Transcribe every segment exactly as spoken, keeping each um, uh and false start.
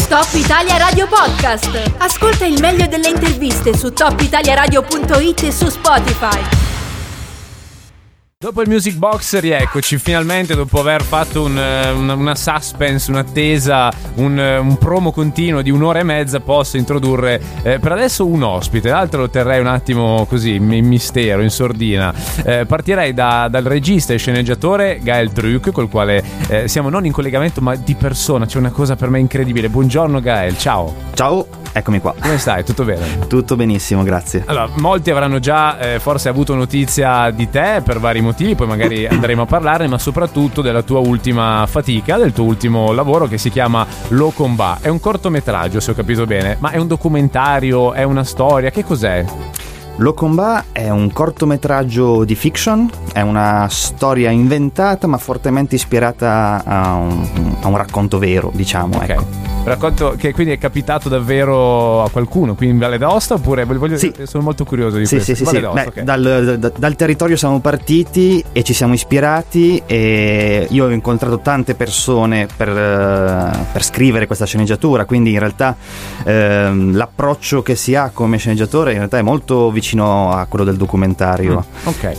Top Italia Radio Podcast. Ascolta il meglio delle interviste su top italia radio punto it e su Spotify. Dopo il Music Box rieccoci finalmente, dopo aver fatto un, una, una suspense, un'attesa, un, un promo continuo di un'ora e mezza. Posso introdurre eh, per adesso un ospite, l'altro lo terrei un attimo così in mistero, in sordina. eh, Partirei da, dal regista e sceneggiatore Gael Truc, col quale eh, siamo non in collegamento ma di persona. C'è una cosa per me incredibile. Buongiorno Gael, ciao. Ciao, eccomi qua. Come stai? Tutto bene? Tutto benissimo, grazie. Allora, molti avranno già eh, forse avuto notizia di te per vari motivi, poi magari andremo a parlarne, ma soprattutto della tua ultima fatica, del tuo ultimo lavoro che si chiama Lo Combat. È un cortometraggio, se ho capito bene, ma è un documentario, è una storia, che cos'è? Lo Combat è un cortometraggio di fiction, è una storia inventata ma fortemente ispirata a un, a un racconto vero, diciamo. Ok. Ecco. Racconto che quindi è capitato davvero a qualcuno qui in Valle d'Aosta, oppure voglio, sì. sono molto curioso di sì, questo. Sì, sì, Valle sì. d'Aosta, Beh, okay. dal, da, dal territorio siamo partiti e ci siamo ispirati, e io ho incontrato tante persone per, per scrivere questa sceneggiatura, quindi in realtà ehm, l'approccio che si ha come sceneggiatore in realtà è molto vicino a quello del documentario. Mm, ok.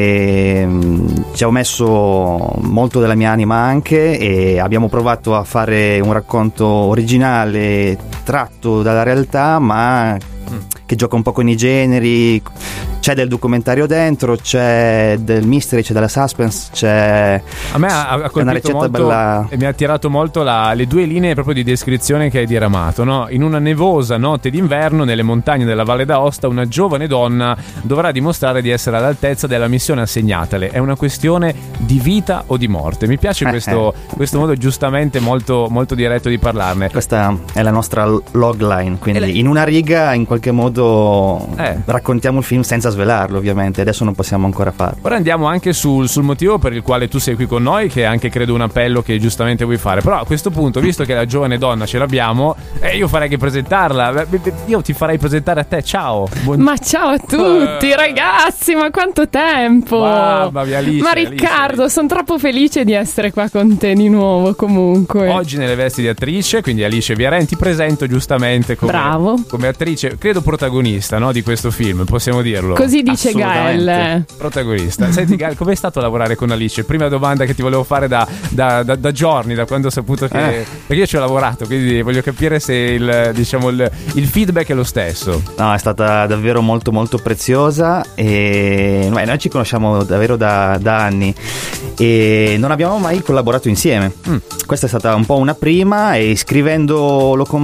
E ci ho messo molto della mia anima anche, e abbiamo provato a fare un racconto originale tratto dalla realtà, ma mm. che gioca un po' con i generi. C'è del documentario dentro, c'è del mystery, c'è della suspense, c'è a me ha, ha una ricetta molto, bella. E mi ha attirato molto la, le due linee proprio di descrizione che hai diramato, no? In una nevosa notte d'inverno nelle montagne della Valle d'Aosta una giovane donna dovrà dimostrare di essere all'altezza della missione assegnatale. È una questione di vita o di morte. Mi piace eh, questo, eh. questo modo giustamente molto, molto diretto di parlarne. Questa è la nostra logline, quindi le... in una riga in qualche modo eh. raccontiamo il film senza svelarlo, ovviamente. Adesso non possiamo ancora farlo. Ora andiamo anche sul, sul motivo per il quale tu sei qui con noi, che è anche credo un appello che giustamente vuoi fare. Però a questo punto, visto che la giovane donna ce l'abbiamo, eh, io farei che presentarla. Io ti farei presentare a te. Ciao. Buon... Ma ciao a tutti uh... ragazzi, ma quanto tempo. Mamma mia, Alice, ma Riccardo, Alice. Sono troppo felice di essere qua con te di nuovo. Comunque oggi nelle vesti di attrice, quindi Alice Viaren, ti presento giustamente come, Bravo. come attrice, credo protagonista, no, di questo film, possiamo dirlo. Così dice Gael. Protagonista. Senti Gael, com'è stato lavorare con Alice? Prima domanda che ti volevo fare da, da, da, da giorni, da quando ho saputo che eh. perché io ci ho lavorato, quindi voglio capire se il, diciamo, il, il feedback è lo stesso. No, è stata davvero molto molto preziosa, e beh, noi ci conosciamo davvero da, da anni e non abbiamo mai collaborato insieme. Mm. Questa è stata un po' una prima, e scrivendo Lo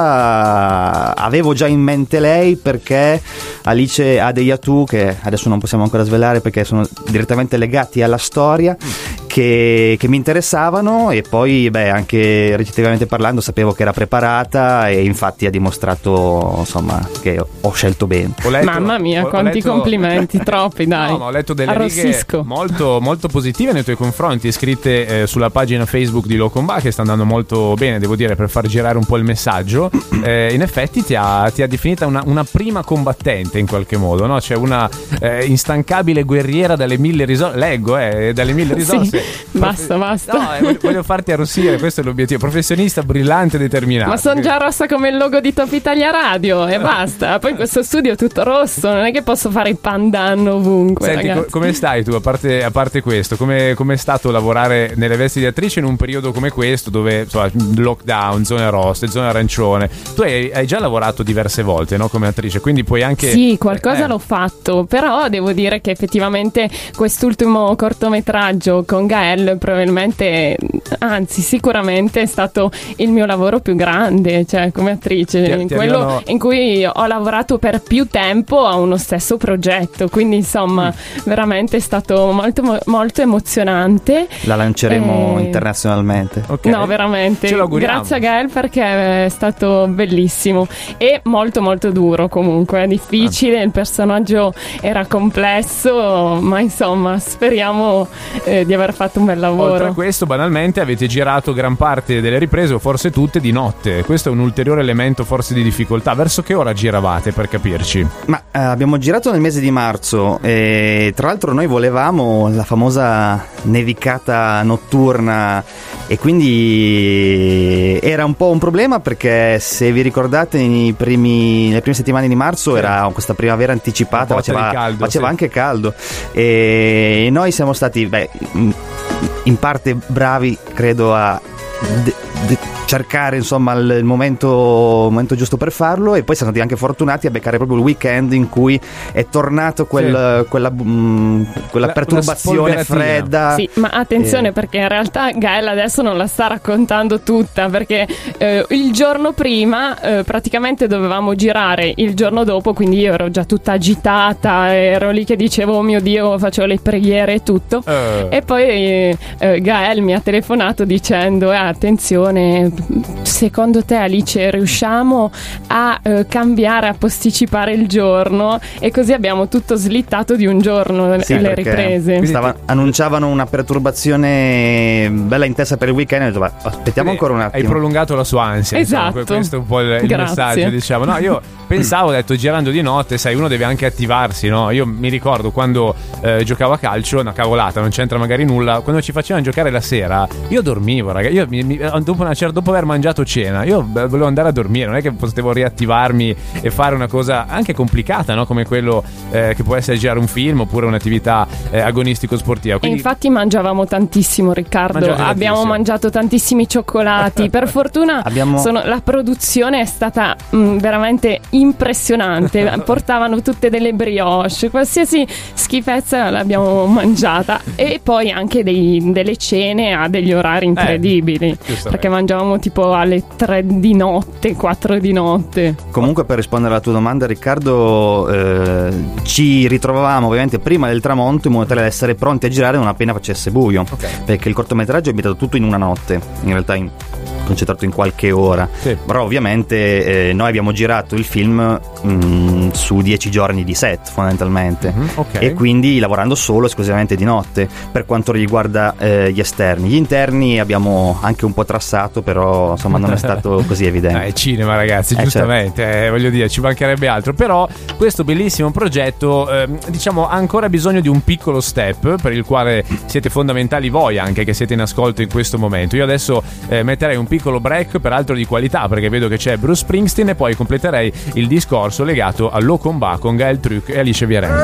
Combat avevo già in mente lei, perché Alice ha degli atu che adesso non possiamo ancora svelare perché sono direttamente legati alla storia, che, che mi interessavano, e poi beh, anche recitativamente parlando sapevo che era preparata, e infatti ha dimostrato insomma che ho scelto bene. Ho letto, Mamma mia, ho, quanti ho letto... complimenti, troppi dai. No, ma ho letto delle Arrossisco. righe molto, molto positive nei tuoi confronti, scritte eh, sulla pagina Facebook di Lo Combat, che sta andando molto bene, devo dire, per far girare un po' il messaggio. Eh, in effetti ti ha, ti ha definita una, una prima combattente in qualche modo, no? Cioè una eh, instancabile guerriera dalle mille risorse. Leggo, eh, dalle mille risorse. Sì, basta, basta. No, eh, voglio, voglio farti arrossire, questo è l'obiettivo. Professionista, brillante, determinato. Ma sono già rossa come il logo di Top Italia Radio e basta. Poi in questo studio è tutto rosso, non è che posso fare i pandan ovunque. Senti, co- come stai tu, a parte, a parte questo? Come è stato lavorare nelle vesti di attrice in un periodo come questo, dove insomma, lockdown, zone rosse, zone arancione? Tu hai, hai già lavorato diverse volte, no, come attrice, quindi puoi anche... Sì, qualcosa eh. l'ho fatto, però devo dire che effettivamente quest'ultimo cortometraggio con Gael probabilmente, anzi sicuramente è stato il mio lavoro più grande, cioè come attrice, ti, in ti quello arrivano... in cui ho lavorato per più tempo a uno stesso progetto, quindi insomma mm. veramente è stato molto molto emozionante. La lanceremo e... internazionalmente. Okay. No, veramente, ce l'auguriamo. grazie a Gael, perché è stato bellissimo e molto molto duro, comunque è difficile, ah. il personaggio era complesso, ma insomma speriamo eh, di aver fatto fatto un bel lavoro. Oltre a questo, banalmente, avete girato gran parte delle riprese, o forse tutte, di notte. Questo è un ulteriore elemento forse di difficoltà. Verso che ora giravate, per capirci? Ma eh, abbiamo girato nel mese di marzo e tra l'altro noi volevamo la famosa nevicata notturna e quindi era un po' un problema, perché se vi ricordate nei primi, nelle prime settimane di marzo sì. era questa primavera anticipata, faceva, caldo, faceva sì. anche caldo, e noi siamo stati beh, in parte bravi, credo, a de- de- cercare insomma il momento, il momento giusto per farlo, e poi siamo stati anche fortunati a beccare proprio il weekend in cui è tornato quel, sì. quella, mh, quella la, perturbazione fredda. Sì, ma attenzione, eh. perché in realtà Gael adesso non la sta raccontando tutta, perché eh, il giorno prima eh, praticamente dovevamo girare il giorno dopo, quindi io ero già tutta agitata, ero lì che dicevo oh mio Dio, facevo le preghiere e tutto, uh. e poi eh, Gael mi ha telefonato dicendo eh, attenzione, secondo te Alice riusciamo a eh, cambiare, a posticipare il giorno? E così abbiamo tutto slittato di un giorno sì, le riprese. Stava, annunciavano una perturbazione bella intensa per il weekend, e ho detto, ma aspettiamo Quindi ancora un attimo. Hai prolungato la sua ansia, esatto. Insomma, questo è un po' il, il messaggio, diciamo. No, io pensavo, ho detto, girando di notte, sai, uno deve anche attivarsi, no? Io mi ricordo quando eh, giocavo a calcio, una cavolata, non c'entra magari nulla, quando ci facevano giocare la sera, io dormivo, ragazzi. Io mi, mi, dopo, una, cioè, dopo aver mangiato cena, io volevo andare a dormire, non è che potevo riattivarmi e fare una cosa anche complicata, no? Come quello eh, che può essere girare un film oppure un'attività eh, agonistico-sportiva. Quindi... E infatti mangiavamo tantissimo, Riccardo. Mangiate abbiamo tantissimo. mangiato tantissimi cioccolati. Per fortuna abbiamo... sono, la produzione è stata mh, veramente impressionante. Portavano tutte delle brioche, qualsiasi schifezza l'abbiamo mangiata, e poi anche dei, delle cene a degli orari incredibili, eh, perché mangiavamo tipo alle tre di notte, quattro di notte. Comunque, per rispondere alla tua domanda, Riccardo, eh, ci ritrovavamo ovviamente prima del tramonto, in modo tale da essere pronti a girare non appena facesse buio, okay. Perché il cortometraggio è abitato tutto in una notte, in realtà in, concentrato in qualche ora, sì. Però ovviamente eh, noi abbiamo girato il film mh, su dieci giorni di set fondamentalmente, mm-hmm, okay. E quindi lavorando solo esclusivamente di notte per quanto riguarda eh, gli esterni. Gli interni abbiamo anche un po' trassato, però insomma non è stato così evidente. No, è cinema, ragazzi, eh, giustamente, certo. eh, voglio dire, ci mancherebbe altro. Però questo bellissimo progetto eh, diciamo ha ancora bisogno di un piccolo step, per il quale siete fondamentali voi, anche che siete in ascolto in questo momento. Io adesso eh, metterei un piccolo break, peraltro di qualità, perché vedo che c'è Bruce Springsteen, e poi completerei il discorso legato all'Ocomba con Gael Truc e Alice Viren.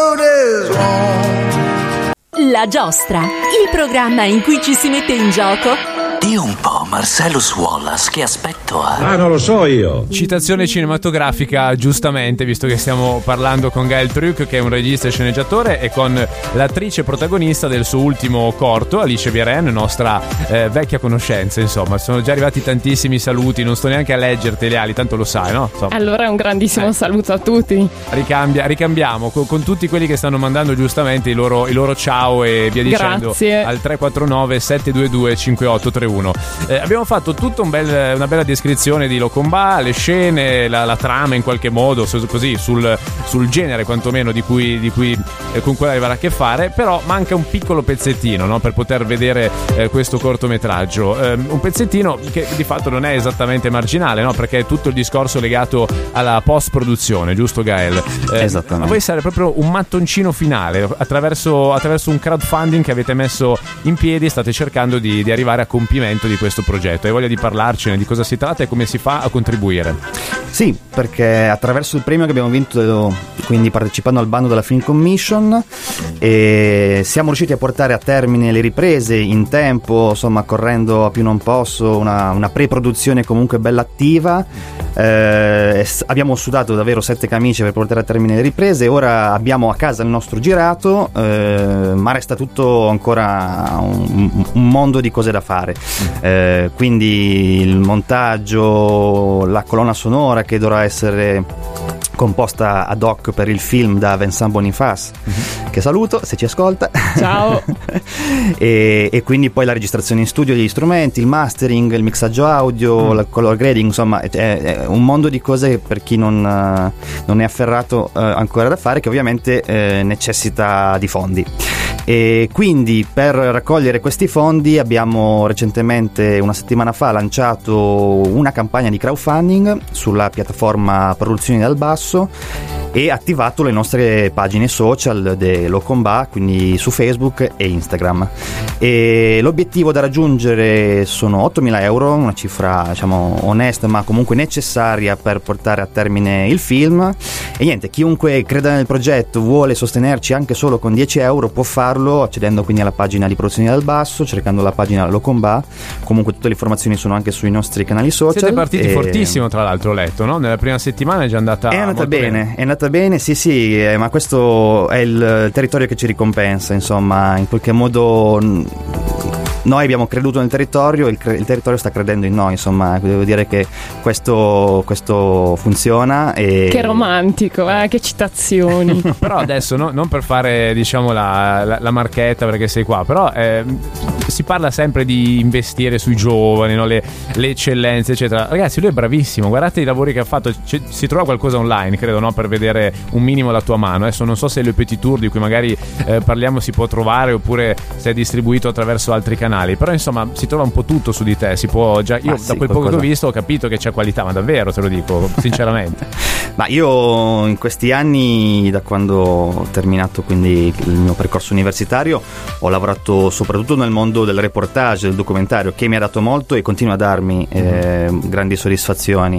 La Giostra, il programma in cui ci si mette in gioco. Dio un po', Marcellus Wallace, che aspetto ha? Ah, non lo so io. Citazione cinematografica, giustamente, visto che stiamo parlando con Gael Truc, che è un regista e sceneggiatore, e con l'attrice protagonista del suo ultimo corto, Alice Viren, nostra eh, vecchia conoscenza. Insomma, sono già arrivati tantissimi saluti, non sto neanche a leggerteli, Ali, tanto lo sai, no? Insomma. Allora un grandissimo eh. saluto a tutti. Ricambia, ricambiamo con, con tutti quelli che stanno mandando giustamente i loro, i loro ciao e via dicendo. Grazie. Al tre quattro nove sette due due cinque otto tre uno. Eh, abbiamo fatto tutta un bel, una bella descrizione di Locomba, le scene, la, la trama in qualche modo, su, così sul, sul genere quantomeno di cui, di cui eh, con cui aveva a che fare, però manca un piccolo pezzettino, no, per poter vedere eh, questo cortometraggio, eh, un pezzettino che di fatto non è esattamente marginale, no, perché è tutto il discorso legato alla post produzione, giusto Gael? Eh, Esattamente. Ma voi essere proprio un mattoncino finale attraverso, attraverso un crowdfunding che avete messo in piedi, state cercando di, di arrivare a compimento di questo progetto. Hai voglia di parlarcene, di cosa si tratta e come si fa a contribuire? Sì, perché attraverso il premio che abbiamo vinto, quindi partecipando al bando della Film Commission, e siamo riusciti a portare a termine le riprese in tempo, insomma correndo a più non posso, una, una pre-produzione comunque bella attiva. Eh, abbiamo sudato davvero sette camicie per portare a termine le riprese. Ora abbiamo a casa il nostro girato, eh, ma resta tutto ancora un, un mondo di cose da fare, eh, quindi il montaggio, la colonna sonora che dovrà essere composta ad hoc per il film da Vincent Boniface, mm-hmm. che saluto se ci ascolta. Ciao. e, e quindi poi la registrazione in studio degli strumenti, il mastering, il mixaggio audio, mm. il color grading, insomma è, è un mondo di cose per chi non, non è afferrato eh, ancora da fare, che ovviamente eh, necessita di fondi. E quindi per raccogliere questi fondi abbiamo recentemente, una settimana fa, lanciato una campagna di crowdfunding sulla piattaforma Produzioni dal Basso e attivato le nostre pagine social dell'Ocomba, quindi su Facebook e Instagram. E l'obiettivo da raggiungere sono ottomila euro, una cifra diciamo onesta ma comunque necessaria per portare a termine il film. E niente, chiunque creda nel progetto, vuole sostenerci anche solo con dieci euro, può farlo accedendo quindi alla pagina di Produzioni dal Basso, cercando la pagina L'Ocomba. Comunque tutte le informazioni sono anche sui nostri canali social. Siete partiti e... fortissimo, tra l'altro, ho letto, no? Nella prima settimana è già andata è andata molto bene, bene. È andata bene, sì sì, eh, ma questo è il territorio che ci ricompensa, insomma, in qualche modo noi abbiamo creduto nel territorio, il, cre- il territorio sta credendo in noi, insomma, devo dire che questo, questo funziona. E... Che romantico, eh? Che citazioni. Però adesso no, non per fare diciamo la, la, la marchetta perché sei qua, però eh, si parla sempre di investire sui giovani, no? le, le eccellenze eccetera. Ragazzi, lui è bravissimo, guardate i lavori che ha fatto. C- si trova qualcosa online, credo, no? Per vedere un minimo la tua mano. Adesso non so se le Petit Tour di cui magari eh, parliamo si può trovare oppure se è distribuito attraverso altri canali, però insomma si trova un po' tutto su di te, si può già, io ma da sì, quel qualcosa. poco che ho visto ho capito che c'è qualità, ma davvero te lo dico sinceramente. Ma io in questi anni, da quando ho terminato quindi il mio percorso universitario, ho lavorato soprattutto nel mondo del reportage, del documentario, che mi ha dato molto e continua a darmi eh, grandi soddisfazioni.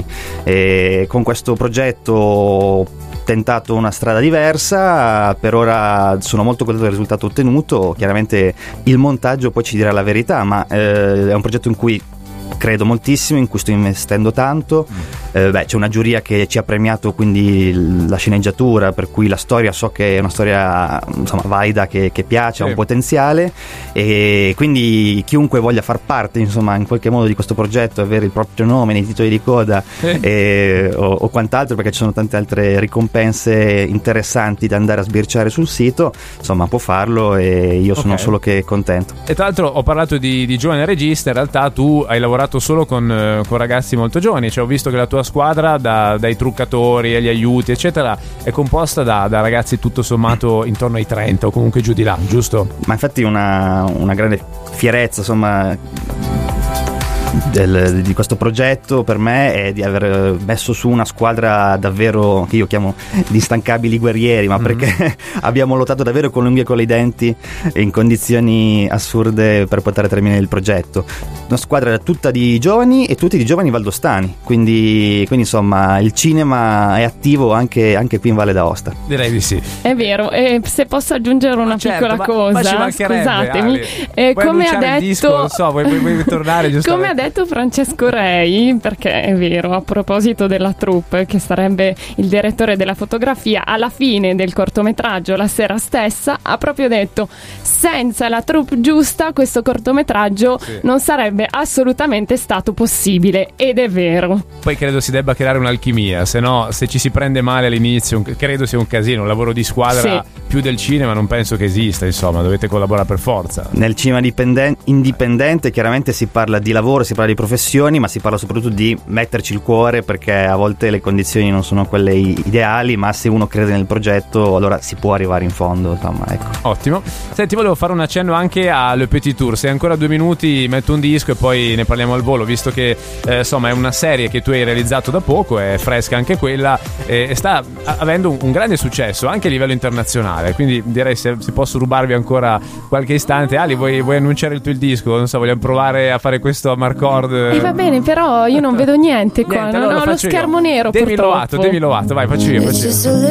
E con questo progetto ho tentato una strada diversa, per ora sono molto contento del risultato ottenuto. Chiaramente il montaggio poi ci dirà la verità, ma eh, è un progetto in cui credo moltissimo, in cui sto investendo tanto. Eh, beh, c'è una giuria che ci ha premiato quindi la sceneggiatura, per cui la storia so che è una storia insomma valida, che, che piace, ha sì. un potenziale, e quindi chiunque voglia far parte insomma in qualche modo di questo progetto, avere il proprio nome nei titoli di coda sì. e, o, o quant'altro, perché ci sono tante altre ricompense interessanti da andare a sbirciare sul sito, insomma può farlo e io sono okay. solo che contento. E tra l'altro ho parlato di, di giovane regista, in realtà tu hai lavorato solo con, eh, con ragazzi molto giovani, cioè ho visto che la tua squadra da, dai truccatori agli aiuti eccetera è composta da, da ragazzi tutto sommato intorno ai trenta o comunque giù di là, giusto? Ma infatti una, una grande fierezza insomma del, di questo progetto per me è di aver messo su una squadra davvero, che io chiamo di instancabili guerrieri, ma mm-hmm. perché abbiamo lottato davvero con l'unghie e con i denti in condizioni assurde per portare a termine il progetto. Una squadra tutta di giovani e tutti di giovani valdostani, quindi, quindi insomma il cinema è attivo anche, anche qui in Valle d'Aosta. Direi di sì. È vero, e se posso aggiungere una certo, piccola ma, cosa, ma ci mancherebbe, scusatemi, eh, come ha detto, il disco, non so, vuoi, vuoi, vuoi tornare giustamente? come ha detto Francesco Rei, perché è vero, a proposito della troupe, che sarebbe il direttore della fotografia, alla fine del cortometraggio, la sera stessa, ha proprio detto: senza la troupe giusta questo cortometraggio sì. non sarebbe assolutamente stato possibile, ed è vero. Poi credo si debba creare un'alchimia, se no se ci si prende male all'inizio credo sia un casino, un lavoro di squadra sì. più del cinema non penso che esista, insomma dovete collaborare per forza. Nel cinema dipenden- indipendente chiaramente si parla di lavoro, si parla di professioni, ma si parla soprattutto di metterci il cuore, perché a volte le condizioni non sono quelle ideali, ma se uno crede nel progetto allora si può arrivare in fondo, insomma, ecco. Ottimo. Senti, volevo fare un accenno anche a Le Petit Tour, se ancora due minuti metto un disco e poi ne parliamo al volo, visto che eh, insomma è una serie che tu hai realizzato da poco, è fresca anche quella eh, e sta avendo un, un grande successo anche a livello internazionale, quindi direi se, se posso rubarvi ancora qualche istante. Ali, vuoi, vuoi annunciare il tuo il disco? Non so, vogliamo provare a fare questo a Marcord? E va bene, però io non vedo niente qua, Niente, non allora ho lo faccio schermo io. nero Demi purtroppo. Lovato, Demi Lovato, vai, faccio io, faccio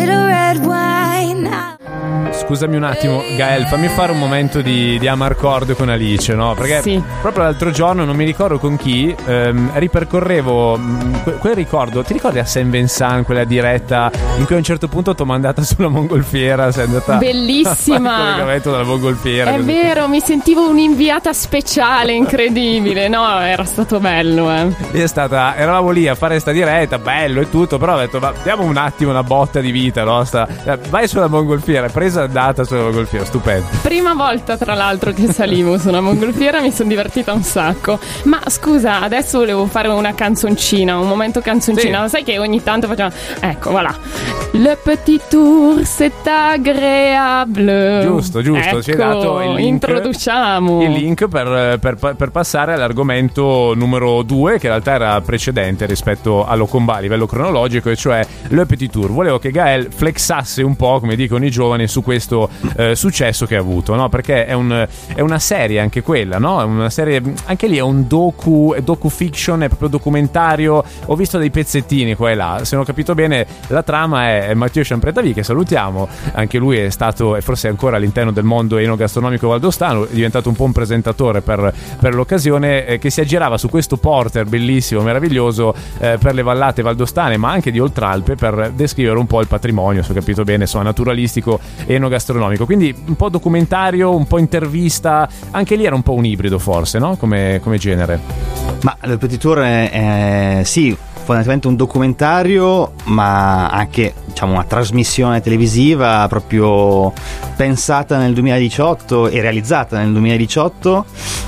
io. Scusami un attimo, Gael, fammi fare un momento di, di Amarcord con Alice, no? Perché sì. proprio l'altro giorno, non mi ricordo con chi, ehm, ripercorrevo mh, que- quel ricordo. Ti ricordi a Saint Vincent, quella diretta in cui a un certo punto t'ho mandata sulla mongolfiera? Sei andata bellissima, il collegamento dalla mongolfiera. è così. vero, mi sentivo un'inviata speciale, incredibile. No, era stato bello, eh. È stata, eravamo lì a fare sta diretta, bello e tutto, però ho detto, ma diamo un attimo una botta di vita, no? Sta, vai sulla mongolfiera, presa raffreddata sulla mongolfiera, stupendo. Prima volta tra l'altro che salivo su una mongolfiera, mi sono divertita un sacco. Ma scusa, adesso volevo fare una canzoncina, un momento canzoncina. Sì. Sai che ogni tanto facciamo, ecco, voilà. Le petit tour c'est agréable. Giusto, giusto, ecco, ci hai dato il link, introduciamo il link per, per, per passare all'argomento numero due, che in realtà era precedente rispetto all'Ocomba a livello cronologico, e cioè Le Petit Tour. Volevo che Gael flexasse un po', come dicono i giovani, su questo eh, successo che ha avuto, no? Perché è, un, è una serie anche quella, no? È una serie, anche lì è un docu, è docu-fiction, è proprio documentario. Ho visto dei pezzettini qua e là, se non ho capito bene la trama è Matteo Ciampretavi, che salutiamo, anche lui è stato e forse è ancora all'interno del mondo enogastronomico valdostano, è diventato un po' un presentatore per, per l'occasione, eh, che si aggirava su questo porter bellissimo, meraviglioso, eh, per le vallate valdostane ma anche di Oltralpe, per descrivere un po' il patrimonio, se ho capito bene, insomma, naturalistico e enogastronomico. Quindi un po' documentario, un po' intervista, anche lì era un po' un ibrido forse, no? Come, come genere. Ma Le Petit Tour è, è sì, fondamentalmente un documentario, ma anche, diciamo, una trasmissione televisiva proprio pensata nel duemiladiciotto e realizzata nel duemiladiciotto,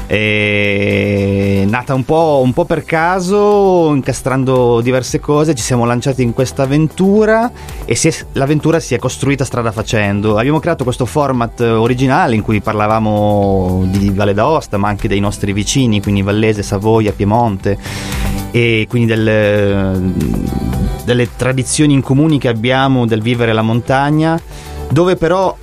e nata un po', un po' per caso, incastrando diverse cose. Ci siamo lanciati in questa avventura e si è, l'avventura si è costruita strada facendo. Abbiamo creato questo format originale in cui parlavamo di Valle d'Aosta, ma anche dei nostri vicini, quindi Vallese, Savoia, Piemonte, e quindi del, delle tradizioni in comuni che abbiamo del vivere la montagna, dove però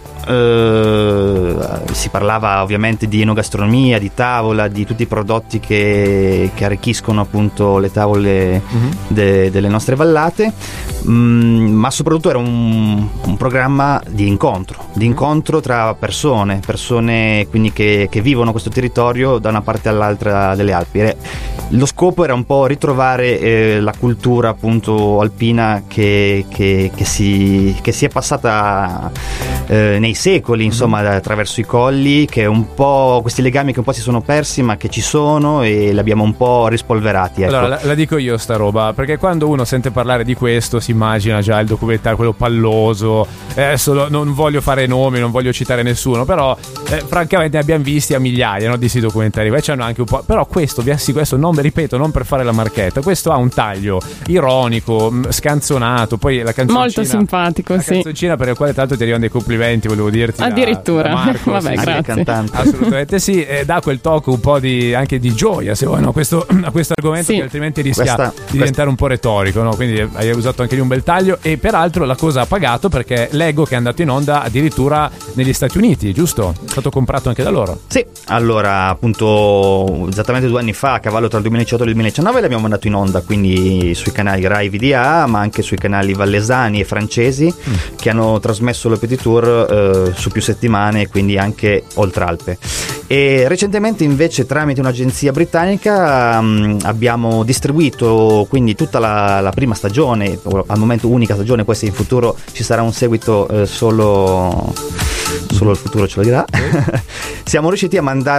eh, si parlava ovviamente di enogastronomia, di tavola, di tutti i prodotti che, che arricchiscono appunto le tavole mm-hmm. de, delle nostre vallate, mm, ma soprattutto era un, un programma di incontro, di incontro tra persone, persone quindi che, che vivono questo territorio da una parte all'altra delle Alpi. E lo scopo era un po' ritrovare eh, la cultura appunto alpina che, che, che, si, che si è passata eh, nei secoli, insomma, mm-hmm. attraverso i colli, che un po' questi legami che un po' si sono persi ma che ci sono, e li abbiamo un po' rispolverati, ecco. Allora la, la dico io sta roba, perché quando uno sente parlare di questo si immagina già il documentario, quello palloso. Adesso lo, non voglio fare nomi, non voglio citare nessuno, però eh, francamente ne abbiamo visti a migliaia, no, di questi documentari. Poi c'hanno anche un po', però questo vi assicuro, questo non, ripeto, non per fare la marchetta, questo ha un taglio ironico, scanzonato, poi la canzoncina molto simpatico, la sì, canzoncina per la quale tra l'altro ti arrivano dei complimenti, volevo dirti, addirittura, da, da Marco, vabbè, sì, grazie, cantante. Assolutamente sì, e dà quel tocco un po' di, anche di gioia, se vuoi, no? questo, a questo argomento, sì, che altrimenti rischia questa, di questa... diventare un po' retorico, no? Quindi hai usato anche lì un bel taglio, e peraltro la cosa ha pagato, perché leggo che è andato in onda addirittura negli Stati Uniti, giusto? È stato comprato anche da loro. Sì, allora appunto esattamente due anni fa, a cavallo tra il duemiladiciotto e il duemiladiciannove, l'abbiamo mandato in onda, quindi sui canali Rai V D A, ma anche sui canali vallesani e francesi, mm. che hanno trasmesso Le Petit Tour eh, su più settimane, quindi anche Oltralpe. E recentemente invece, tramite un'agenzia britannica, mh, abbiamo distribuito quindi tutta la, la prima stagione, al momento unica stagione, poi se in futuro ci sarà un seguito eh, solo solo il futuro ce lo dirà. Siamo riusciti a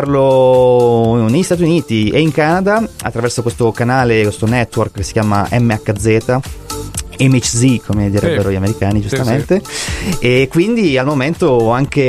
mandarlo negli Stati Uniti e in Canada attraverso questo canale, questo network che si chiama M H Z, M H Z come direbbero sì. gli americani, giustamente, sì, sì. E quindi al momento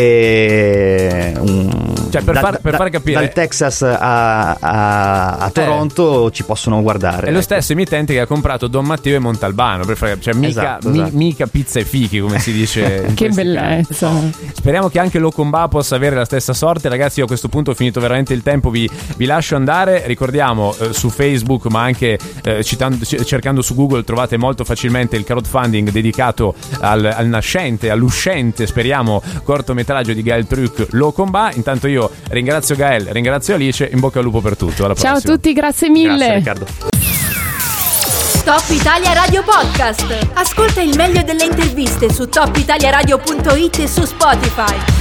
anche un, cioè per, da, far, per da, far capire, dal Texas a, a, a Toronto eh. ci possono guardare. È lo stesso emittente che ha comprato Don Matteo e Montalbano, per far, cioè mica, esatto, mi, esatto. mica pizza e fichi, come si dice. Che bellezza. Casi. Speriamo che anche l'Ocomba possa avere la stessa sorte. Ragazzi, io a questo punto ho finito veramente il tempo, vi, vi lascio andare. Ricordiamo eh, su Facebook, ma anche eh, citando, cercando su Google, trovate molto facilmente il crowdfunding dedicato al, al nascente, all'uscente, speriamo, cortometraggio di Gael Truc, L'Ocomba. Intanto io ringrazio Gael, ringrazio Alice, in bocca al lupo per tutto. Alla ciao prossima. a tutti, grazie mille. Grazie Riccardo. Top Italia Radio Podcast. Ascolta il meglio delle interviste su top italia radio punto it e su Spotify.